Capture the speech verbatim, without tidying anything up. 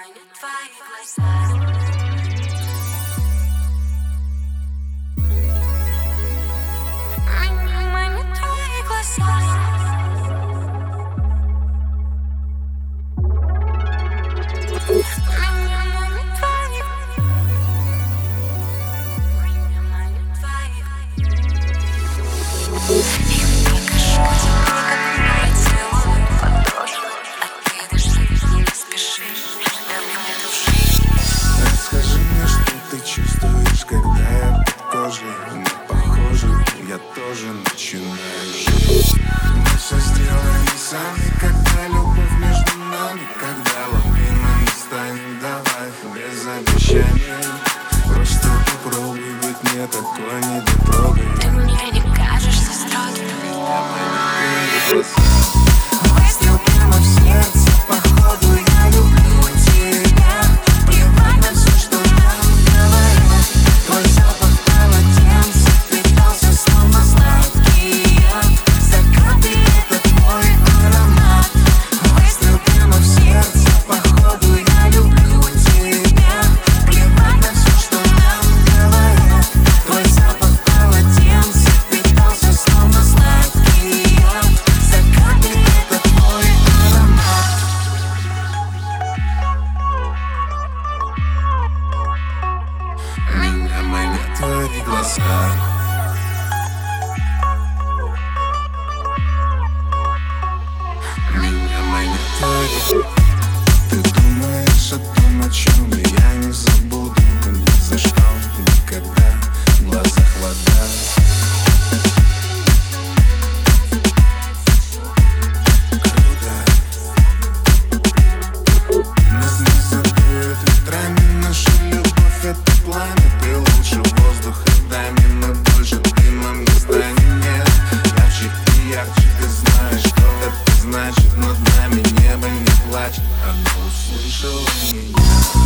манят твои глаза. Меня манят твои глаза. Расскажи мне, что ты чувствуешь, когда я под кожей. Мы похожи, я тоже начинаю жить. Мы все сделали сами, когда любовь между нами, когда лавина не станет, давай без обещаний. Просто попробуй быть не такой недотрогой. Ты мне не кажешься строгим. Выстрел прямо в сердце, походу я люблю тебя. Плевать на все, что нам говорят. Твой запах полотенца питался, словно сладкий яд. Закаты — это твой аромат. Выстрел прямо в сердце, походу я люблю тебя. Плевать на все, что нам говорят. Твой запах полотенца питался, словно сладкий яд. Закаты — это твой аромат. Меня манят твои глаза. Меня манят твои. Ты думаешь о том, о чем я не забуду. Ни за что, никогда, в глазах вода. Круто. Нас не задует ветрами, наша любовь — это пламя. Ты лучше воздуха, дай мне, мы больше дымом не станем, нет. Ярче и ярче, ты знаешь, что это значит. Над нами небо не плачет, оно услышало меня.